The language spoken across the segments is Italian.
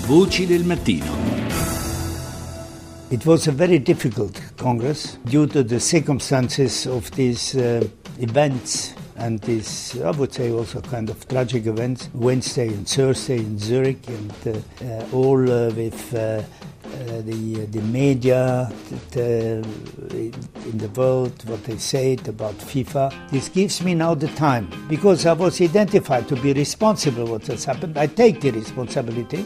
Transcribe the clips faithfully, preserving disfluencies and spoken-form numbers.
Voci del mattino. It was a very difficult Congress due to the circumstances of these uh, events and these, I would say, also kind of tragic events, Wednesday and Thursday in Zurich, and uh, uh, all uh, with uh, uh, the the media the, in the world, what they said about FIFA. This gives me now the time, because I was identified to be responsible for what has happened. I take the responsibility.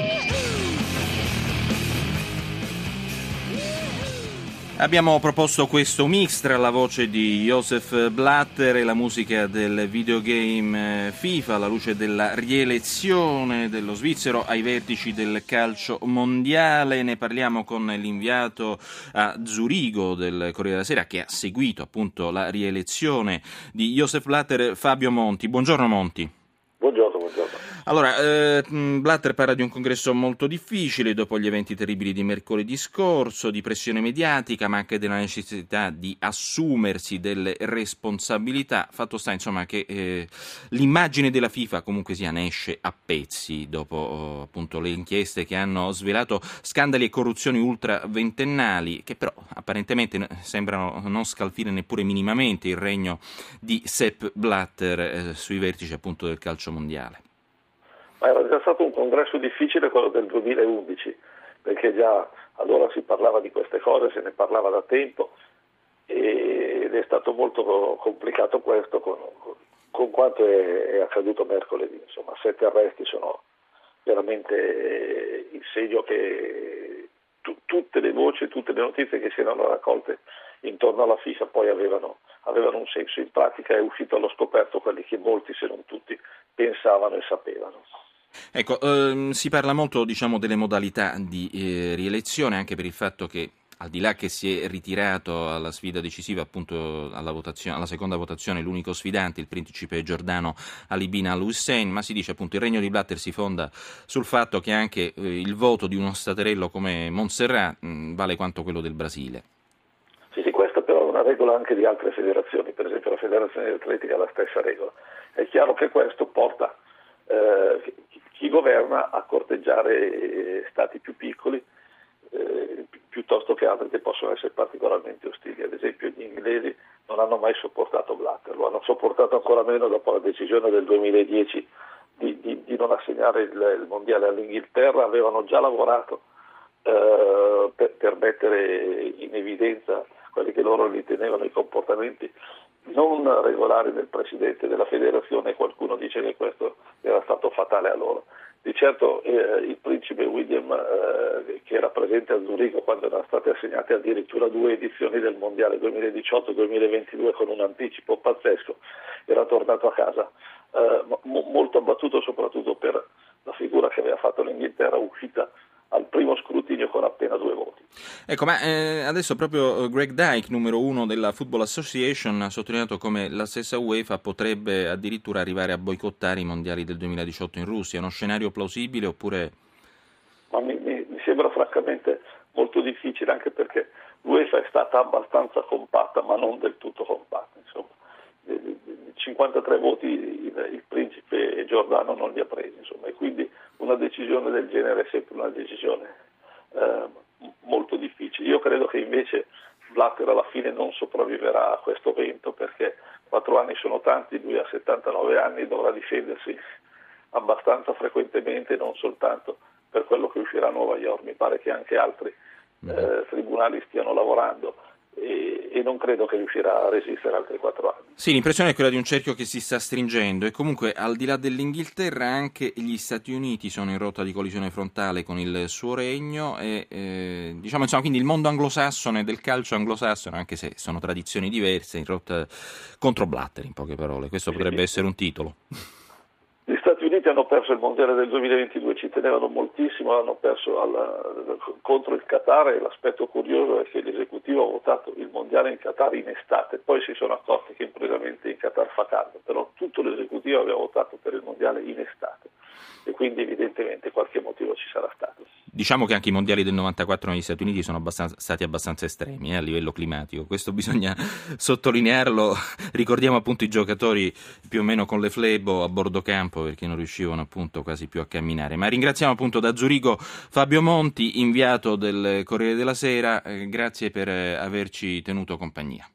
Abbiamo proposto questo mix tra la voce di Joseph Blatter e la musica del videogame FIFA alla luce della rielezione dello svizzero ai vertici del calcio mondiale. Ne parliamo con l'inviato a Zurigo del Corriere della Sera che ha seguito appunto la rielezione di Joseph Blatter, Fabio Monti. Buongiorno Monti. Buongiorno, buongiorno. Allora, eh, Blatter parla di un congresso molto difficile dopo gli eventi terribili di mercoledì scorso, di pressione mediatica, ma anche della necessità di assumersi delle responsabilità. Fatto sta, insomma, che eh, l'immagine della FIFA comunque sia ne esce a pezzi dopo oh, appunto le inchieste che hanno svelato scandali e corruzioni ultraventennali, che però apparentemente sembrano non scalfire neppure minimamente il regno di Sepp Blatter eh, sui vertici appunto del calcio mondiale. Ma era già stato un congresso difficile quello del duemilaundici, perché già allora si parlava di queste cose, se ne parlava da tempo, ed è stato molto complicato questo con, con quanto è, è accaduto mercoledì. Insomma, sette arresti sono veramente il segno che tu, tutte le voci, tutte le notizie che si erano raccolte intorno alla FIFA poi avevano, avevano un senso. In pratica è uscito allo scoperto quelli che molti, se non tutti, pensavano e sapevano. Ecco, ehm, si parla molto, diciamo, delle modalità di eh, rielezione, anche per il fatto che, al di là che si è ritirato alla sfida decisiva, appunto alla, votazione, alla seconda votazione, l'unico sfidante, il principe giordano Ali bin al-Hussein, ma si dice appunto il regno di Blatter si fonda sul fatto che anche eh, il voto di uno staterello come Montserrat mh, vale quanto quello del Brasile. Sì, sì, questa però è una regola anche di altre federazioni, per esempio la federazione atletica ha la stessa regola. È chiaro che questo porta eh, chi governa a corteggiare stati più piccoli eh, pi- piuttosto che altri che possono essere particolarmente ostili. Ad esempio gli inglesi non hanno mai sopportato Blatter, lo hanno sopportato ancora meno dopo la decisione del duemiladieci di, di, di non assegnare il, il mondiale all'Inghilterra. Avevano già lavorato eh, per, per mettere in evidenza quelli che loro ritenevano i comportamenti non regolari del presidente della federazione, e qualcuno dice che questo era stato fatale a loro. Di certo eh, il principe William, eh, che era presente a Zurigo quando erano state assegnate addirittura due edizioni del mondiale duemiladiciotto duemilaventidue con un anticipo pazzesco, era tornato a casa eh, mo- molto abbattuto, soprattutto per la figura che aveva fatto l'Inghilterra, uscita al primo scrutinio con appena due voti. Ecco, ma eh, adesso proprio Greg Dyke, numero uno della Football Association, ha sottolineato come la stessa UEFA potrebbe addirittura arrivare a boicottare i mondiali del duemiladiciotto in Russia. È uno scenario plausibile oppure? Ma mi, mi, mi sembra francamente molto difficile, anche perché l'UEFA è stata abbastanza compatta, ma non del tutto compatta. Insomma, cinquantatré voti il, il principe giordano non li ha presi, insomma, e quindi una decisione del genere è sempre una decisione eh, molto difficile. Io credo che invece Blatter alla fine non sopravviverà a questo vento, perché quattro anni sono tanti, lui ha settantanove anni, dovrà difendersi abbastanza frequentemente, non soltanto per quello che uscirà a Nuova York. Mi pare che anche altri eh, tribunali stiano lavorando e, e non credo che riuscirà a resistere altri quattro anni. Sì, l'impressione è quella di un cerchio che si sta stringendo e comunque al di là dell'Inghilterra anche gli Stati Uniti sono in rotta di collisione frontale con il suo regno e eh, diciamo insomma quindi il mondo anglosassone del calcio anglosassone, anche se sono tradizioni diverse, in rotta contro Blatter, in poche parole. Questo potrebbe essere un titolo. Gli Stati Uniti hanno perso il mondiale del duemilaventidue, ci tenevano moltissimo, hanno perso alla, contro il Qatar, e l'aspetto curioso è che l'esecutivo ha votato il mondiale in Qatar in estate, poi si sono accorti che improvvisamente in Qatar fa caldo, però tutto l'esecutivo aveva votato per il mondiale in estate e quindi evidentemente qualche motivo ci sarà stato. Diciamo che anche i mondiali del novantaquattro negli Stati Uniti sono abbastanza, stati abbastanza estremi eh, a livello climatico, questo bisogna sottolinearlo. Ricordiamo appunto i giocatori più o meno con le flebo a bordo campo perché non riuscivano appunto quasi più a camminare. Ma ringraziamo appunto da Zurigo Fabio Monti, inviato del Corriere della Sera, eh, grazie per eh, averci tenuto compagnia.